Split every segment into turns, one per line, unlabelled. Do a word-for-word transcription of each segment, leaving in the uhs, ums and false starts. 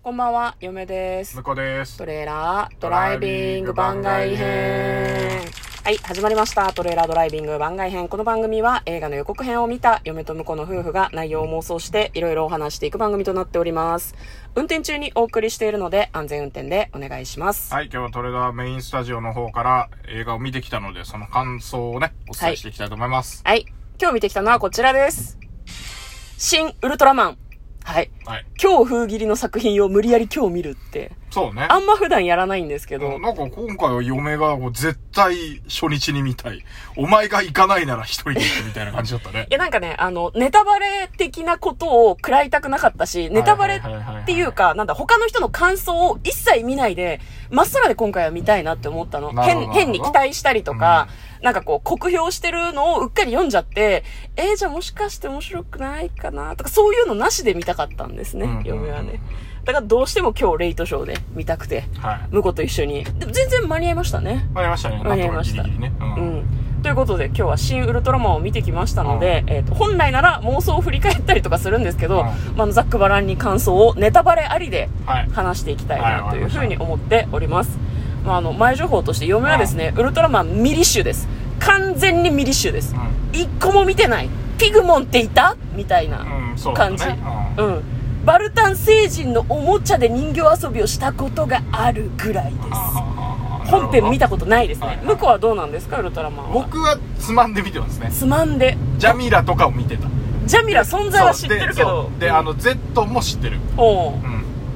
こんばんは、嫁です。
向こうです。
トレーラードライビング番外編。はい、始まりました。トレーラードライビング番外編。この番組は映画の予告編を見た嫁と婿の夫婦が内容を妄想していろいろお話していく番組となっております。運転中にお送りしているので安全運転でお願いします。
はい、今日はトレーラーメインスタジオの方から映画を見てきたので、その感想をね、お伝えしていきたいと思います。
はい、はい、今日見てきたのはこちらです。新ウルトラマン。はい。はい、今日封切りの作品を無理やり今日見るって。
そうね。
あんま普段やらないんですけど。
なんか今回は嫁が絶対初日に見たい。お前が行かないなら一人で行くみたいな感じだったね。
いやなんかね、あの、ネタバレ的なことを食らいたくなかったし、ネタバレっていうか、なんだ、他の人の感想を一切見ないで、まっさらで今回は見たいなって思ったの。変、変に期待したりとか、うん、なんかこう、酷評してるのをうっかり読んじゃって、えー、じゃあもしかして面白くないかなとか、そういうのなしで見たかったんですね、うんうんうん、嫁はね。だからどうしても今日レイトショーで見たくて、はい、婿と一緒に。でも全然間に合いましたね。
間に合いましたね。
間に合いました。
ギリギリね。うん。
うん。ということで今日は新ウルトラマンを見てきましたので、うん、えっと、本来なら妄想を振り返ったりとかするんですけど、うん、まあ、ザックバランに感想をネタバレありで話していきたいなというふうに思っております。まあ、あの、前情報として嫁はですね、うん、ウルトラマンミリッシュです。完全にミリッシュです。うん、一個も見てない。ピグモンっていたみたいな感じ。うん。そうだね。うん。バルタン星人のおもちゃで人形遊びをしたことがあるぐらいです。本編見たことないですね。向こうはどうなんですか、ウルトラマンは。
僕はつまんで見てますね。
つまんで。
ジャミラとかを見てた。
ジャミラ存在は知ってるけど。
で、であの Z も知ってる。おう、うん。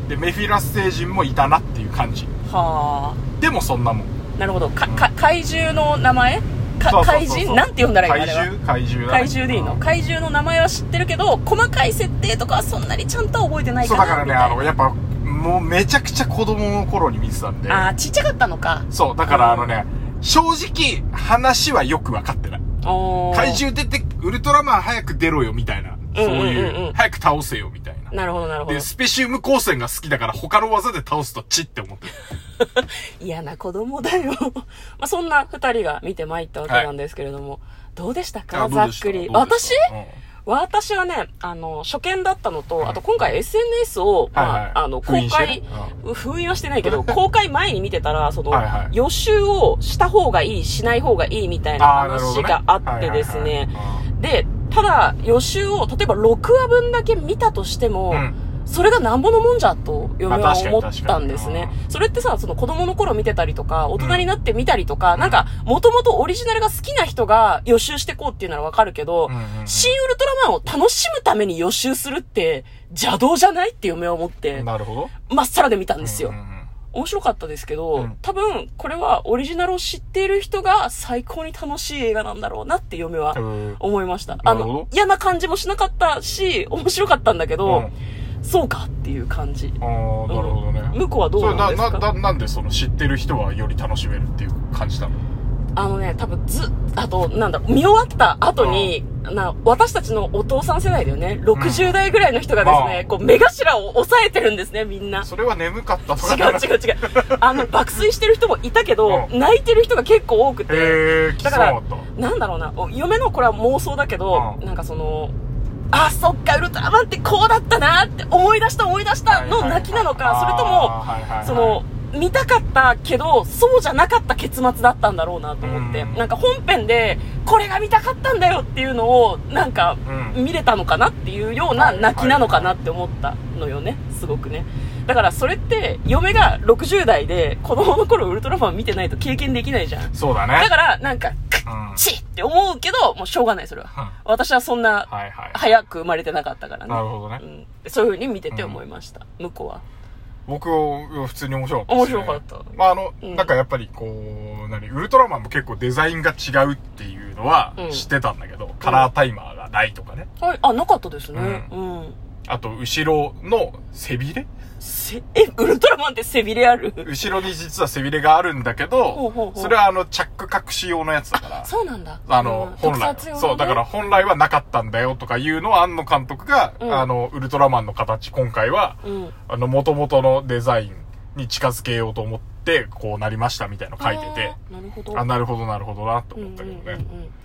でメフィラス星人もいたなっていう感じ。はあ。でもそんなもん。
なるほど。か、か、怪獣の名前？か怪人なんて呼んだらいいの？
怪獣怪獣だ、
ね、怪獣でいいの、うん、怪獣の名前は知ってるけど細かい設定とかはそんなにちゃんと覚えてないかな。
そうだからね、あのやっぱもうめちゃくちゃ子供の頃に見てたんで。
ああ、ちっちゃかったのか。
そうだからあのね、正直話はよく分かってない。怪獣出てウルトラマン早く出ろよみたいな、そういう、うんうんうん、早く倒せよみたいな。
なるほどなるほど。
でスペシウム光線が好きだから他の技で倒すとチって思ってる。
嫌な子供だよ。まあそんな二人が見て参ったわけなんですけれども、はい、どうでしたか、ざっくり。私、うん、私はね、あの、初見だったのと、うん、あと今回 エスエヌエス を、まあ、はいはい、あの、公開、封印はしてないけど、公開前に見てたら、その、はいはい、予習をした方がいい、しない方がいいみたいな話があってですね。で、ただ、予習を、例えばろくわぶんだけ見たとしても、うん、それがなんぼのもんじゃと嫁は思ったんですね。それってさ、その子供の頃見てたりとか、大人になって見たりとか、うん、なんか、もともとオリジナルが好きな人が予習してこうっていうならわかるけど、うんうんうん、新ウルトラマンを楽しむために予習するって邪道じゃないって嫁は思って、
なるほど。
まっさらで見たんですよ。うんうんうん、面白かったですけど、うん、多分これはオリジナルを知っている人が最高に楽しい映画なんだろうなって嫁は思いました。あの、嫌な感じもしなかったし、面白かったんだけど、うん、そうかっていう感じ。
ああ、なるほどね。
向こうはどうなんですか？
それな、な、なんでその知ってる人はより楽しめるっていう感じなの？
あのね、多分ず、あと、なんだ、見終わった後に、うん、な、私たちのお父さん世代だよね。ろくじゅう代ぐらいの人がですね、うん、こう、目頭を押さえてるんですね、みんな。
それは眠かったとか。
違う違う違う。あの、爆睡してる人もいたけど、うん、泣いてる人が結構多くて。
へー、
だから、なんだろうな、嫁のこれは妄想だけど、うん、なんかその、あ、そっか、ウルトラマンってこうだったなって思い出した思い出したの泣きなのか、それとも、その、見たかったけどそうじゃなかった結末だったんだろうなと思って、なんか本編でこれが見たかったんだよっていうのをなんか見れたのかなっていうような泣きなのかなって思ったのよね、すごくね。だからそれって嫁がろくじゅう代で子供の頃ウルトラマン見てないと経験できないじゃん。
そうだね。
だからなんかクッチって思うけどもうしょうがない、それは、うん、私はそんな早く生まれてなかったからね。
なるほどね、
うん、そういう風に見てて思いました、うん、向こうは。
僕は普通に面白かったですね。
面白かった。
まああの、うん、なんかやっぱりこう、何、ウルトラマンも結構デザインが違うっていうのは知ってたんだけど、うん、カラータイマーがないとかね。
はい、あ、なかったですね。うん。うん、
あと、後ろの背びれ
せ、え、ウルトラマンって背びれある？
後ろに実は背びれがあるんだけど、ほうほうほう、それはあの、チャック隠し用のやつだから。
そうなんだ。
あの、うん、本来、ね。そう、だから本来はなかったんだよとかいうのは、庵野監督が、うん、あの、ウルトラマンの形、今回は、うん、あの、元々のデザインに近づけようと思って、こうなりましたみたいなの書いてて。
なるほど。
あ、なるほど、なるほどな、と思ったけどね。うんうんうんうん、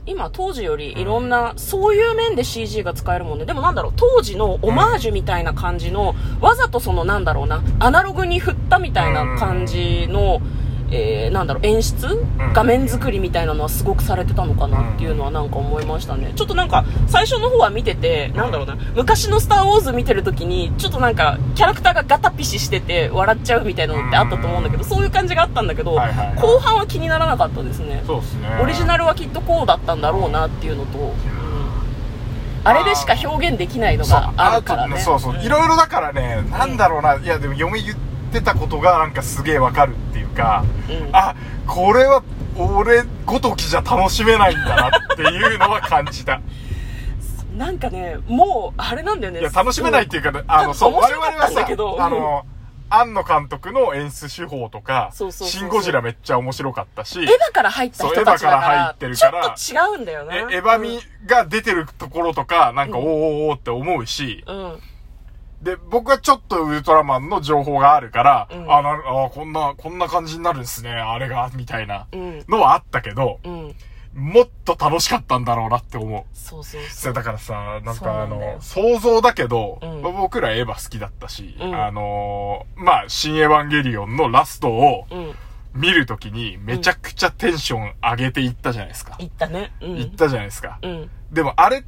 今当時よりいろんな、うん、そういう面で シージー が使えるもんね。でもなんだろう、当時のオマージュみたいな感じの、うん、わざとそのなんだろうな、アナログに振ったみたいな感じの、うんえー、なんだろう演出、うん、画面作りみたいなのはすごくされてたのかなっていうのはなんか思いましたね。ちょっとなんか最初の方は見てて、なんだろうな、昔のスターウォーズ見てる時にちょっとなんかキャラクターがガタピシしてて笑っちゃうみたいなのってあったと思うんだけど、そういう感じがあったんだけど、はいはいはい、後半は気にならなかったですね。
そうですね。
オリジナルはきっとこうだったんだろうなっていうのと、うん、あれでしか表現できないのがあるからね。
そうそう、いろいろだからね、なんだろうな、いやでも嫁言ってたことがなんかすげえわかるっていうか、うん、あ、これは俺ごときじゃ楽しめないんだなっていうのは感じた。
なんかね、もうあれなんだよね。
いや楽しめないっていうか、ね、あのそう我々はさ、あの庵野監督の演出手法とか、シン・ゴジラめっちゃ面白かったし、
エヴァから入った人たちだから、
エヴァから入ってるから、
ちょっと違うんだよね。
エヴァ味が出てるところとか、なんか、うん、おーおーおーって思うし、うん、で、僕はちょっとウルトラマンの情報があるから、うん、あ、なあ、こんな、こんな感じになるんですね、あれが、みたいなのはあったけど、うん、もっと楽しかったんだろうなって思う。
そうそうそう。
だからさ、なんかあの、想像だけど、うん、僕らエヴァ好きだったし、うん、あのー、まあ、新エヴァンゲリオンのラストを見るときにめちゃくちゃテンション上げていったじゃないですか。
いったね。
うん、いったじゃないですか。
うん、
でもあれって、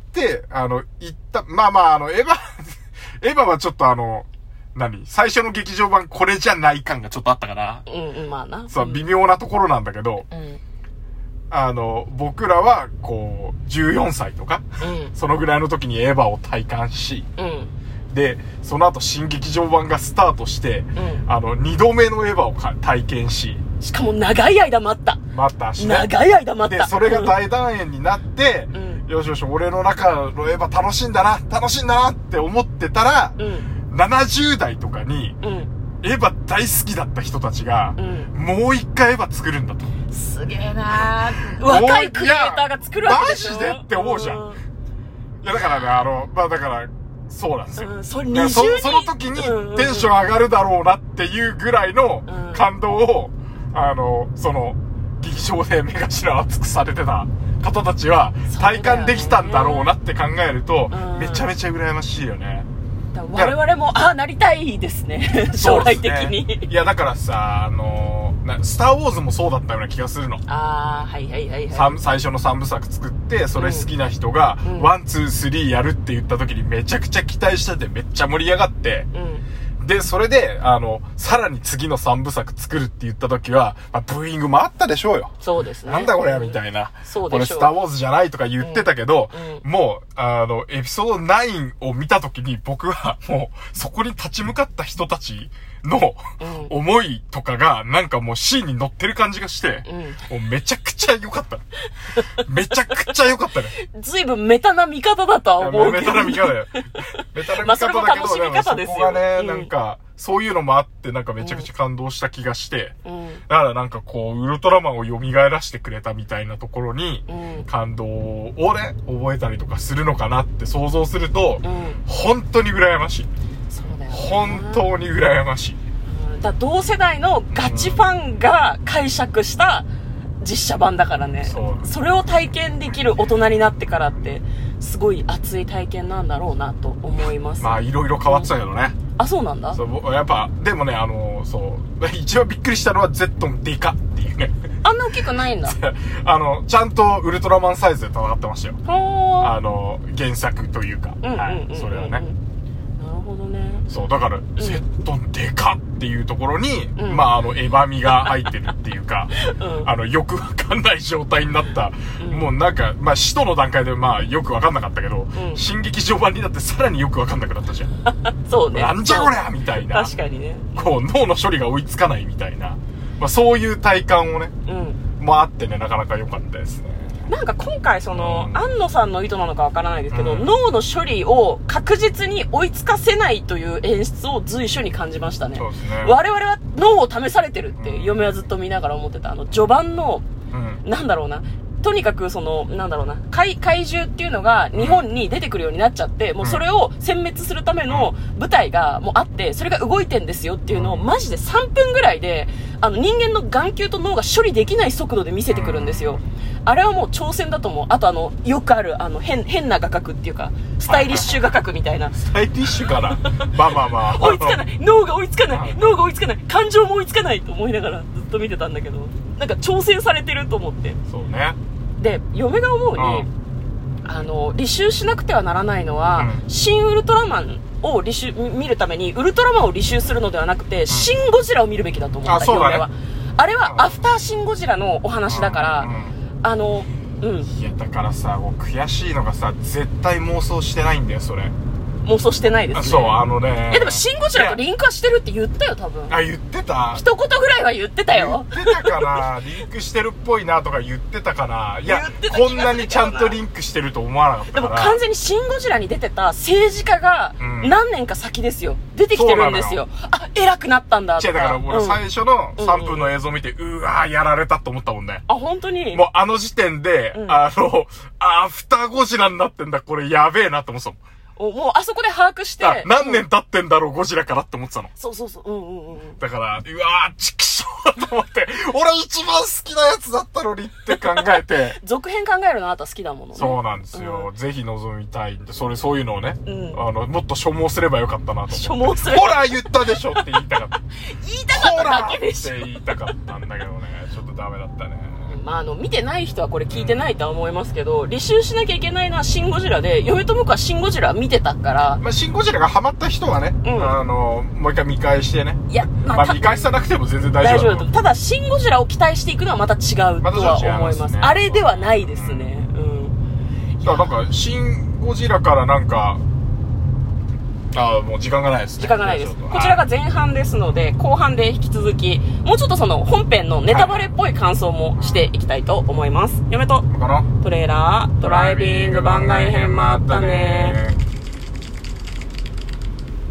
あの、いった、まあまあ、あの、エヴァ、エヴァはちょっとあの、何最初の劇場版これじゃない感がちょっとあったかな。
うん、まあな。
そう、微妙なところなんだけど、うんあの、僕らは、こう、じゅうよんさいとか、うん、そのぐらいの時にエヴァを体感し、うん、で、その後新劇場版がスタートして、うん、あの、二度目のエヴァを体験し、
しかも長い間待った。
待ったしね。
長い間待った。
で、それが大団円になって、うん、よしよし、俺の中のエヴァ楽しいんだな、楽しいんだなって思ってたら、うん、ななじゅう代とかに、うんエヴァ大好きだった人たちが、うん、もう一回エヴァ作るんだと。
すげえなー。若いクリエイターが作るわけでしょ。
マジでって思うじゃん。うん、いやだからね、あの、まあだから、そうなんですよ。うん、
そ, そ,
その時にテンション上がるだろうなっていうぐらいの感動を、うん、あの、その、劇場で目頭熱くされてた方たちは体感できたんだろうなって考えると、うん、めちゃめちゃ羨ましいよね。
我々も、ああ、なりたいですね。将来的に、
ね。いや、だからさ、あのー、スターウォーズもそうだったような気がするの。
ああ、はいはいはいはい。
最初の三部作作って、それ好きな人が、うん、ワン、ツー、スリーやるって言った時にめちゃくちゃ期待しててめっちゃ盛り上がって、うん、で、それで、あの、さらに次の三部作作るって言った時は、まあ、ブーイングもあったでしょうよ。
そうですね。
なんだこれや、みたいな。
そうでしょう。
これスターウォーズじゃないとか言ってたけど、うんうん、もう、あの、エピソードナインを見た時に僕はもう、そこに立ち向かった人たちの、思いとかが、なんかもうシーンに乗ってる感じがして、うん、もうめちゃくちゃ良かった。めちゃくちゃ良かったね。
ずいぶんメタな見方だとは思うけど。
メタな見方だよ。メタな見方だけど、まあ、それも楽しみ方ですよ。そこがね、うん、なんか、そういうのもあって、なんかめちゃくちゃ感動した気がして、うん、だからなんかこう、ウルトラマンを蘇らせてくれたみたいなところに、うん、感動をね、覚えたりとかするのかなって想像すると、うん、本当に羨ましい。
そうだよね。
本当に羨ましい。
うん、だ同世代のガチファンが解釈した実写版だからね。そう。それを体験できる大人になってからって、すごい熱い体験なんだろうなと思います。
まあ、いろいろ変わってたけどね。
うんあ、そうなんだ
そうやっぱ、でもね、あの、そう、一番びっくりしたのは Z のデカっていうね。
あんな大きくないんだ。
あの、ちゃんとウルトラマンサイズで戦ってましたよ。あの、原作というか。はい、それはね。なる
ほどね。
そう、だから、うん、Z デカっていうところに、うん、まあ、あの、エヴァ味が入ってるっていうか、うん、あの、よくわかんない状態になった、うん、もうなんか、まあ、使徒の段階でまあ、よくわかんなかったけど、うん、新劇場版になってさらによくわかんなくなったじゃん。
そうね。
なんじゃこりゃみたいな。
確かにね。
こう、脳の処理が追いつかないみたいな、まあ、そういう体感をね、うん、もあってね、なかなか良かったですね。
なんか今回その、うん、安野さんの意図なのかわからないですけど、うん、脳の処理を確実に追いつかせないという演出を随所に感じましたね。
そうですね。
我々は脳を試されてるって、うん、嫁はずっと見ながら思ってた。あの、序盤の、うん、なんだろうな、とにかくその、なんだろうな、怪、怪獣っていうのが日本に出てくるようになっちゃって、うん、もうそれを殲滅するための舞台がもうあって、それが動いてんですよっていうのをマジでさんぷんぐらいで、 あの人間の眼球と脳が処理できない速度で見せてくるんですよ。あれはもう挑戦だと思う。あとあのよくあるあの 変, 変な画角っていうかスタイリッシュ画角みたいな
スタイリッシュかなまあまあまあ
追いつかない脳が追いつかない脳が追いつかない感情も追いつかないと思いながらずっと見てたんだけど、なんか挑戦されてると思って。
そうね。
で嫁が思うに、うん、あの履修しなくてはならないのは、うん、新ウルトラマンを履修見るためにウルトラマンを履修するのではなくて、うん、シン・ゴジラを見るべきだと思った。
あ、そうだね、
嫁はあれはアフターシン・ゴジラのお話だから、うんうん、あのうん、
いやだからさ、もう悔しいのがさ、絶対妄想してないんだよそれ。
妄想してないですね。
そう、あのね。
え、でもシン・ゴジラとリンクはしてるって言ったよ多分。
あ、言ってた。
一言ぐらいは言ってたよ。
言ってたかなリンクしてるっぽいなとか言ってたかな。いや、こんなにちゃんとリンクしてると思わなかったから。
でも完全にシン・ゴジラに出てた政治家が何年か先ですよ、うん、出てきてるんですよ。あ、偉くなったんだとか。
違う、だから俺最初のさんぷんの映像見て、うん、うわーやられたと思ったもんね。
あ、本当に。
もうあの時点で、うん、あのアフターゴジラになってんだ、これやべえなって思ってたもん。
もうあそこで把握して。
何年経ってんだろう、ゴジラからって思ってたの。
そうそうそう。うんうんうん。
だから、うわー、チキショーと思って、俺一番好きなやつだったのにって考えて。
続編考えるのあなた好きだものね。
そうなんですよ。うん、ぜひ望みたいんで、それ、そういうのをね、うん、あの、もっと所望すればよかったなと思って。
所望すれば。
ほら言ったでしょって言いたかった。
言いたかっただけでしょ。
ほらって言いたかったんだけどね、ちょっとダメだったね。
まあ、あの見てない人はこれ聞いてないとは思いますけど、履修しなきゃいけないのはシン・ゴジラで、嫁と僕はシン・ゴジラ見てたから、
まあ、シン・ゴジラがハマった人はね、うん、あのもう一回見返してね。いや、まあ、まあ、見返さなくても全然大丈夫だと。
ただシン・ゴジラを期待していくのはまた違うとは思います。ますね、あれではないですね。うん。
だからなんかシン・ゴジラからなんか。ああ、もう時間がないですね。
時間がないです。こちらが前半ですので、後半で引き続き、もうちょっとその本編のネタバレっぽい感想もしていきたいと思います。嫁とトレーラードライビング番外編もあったね。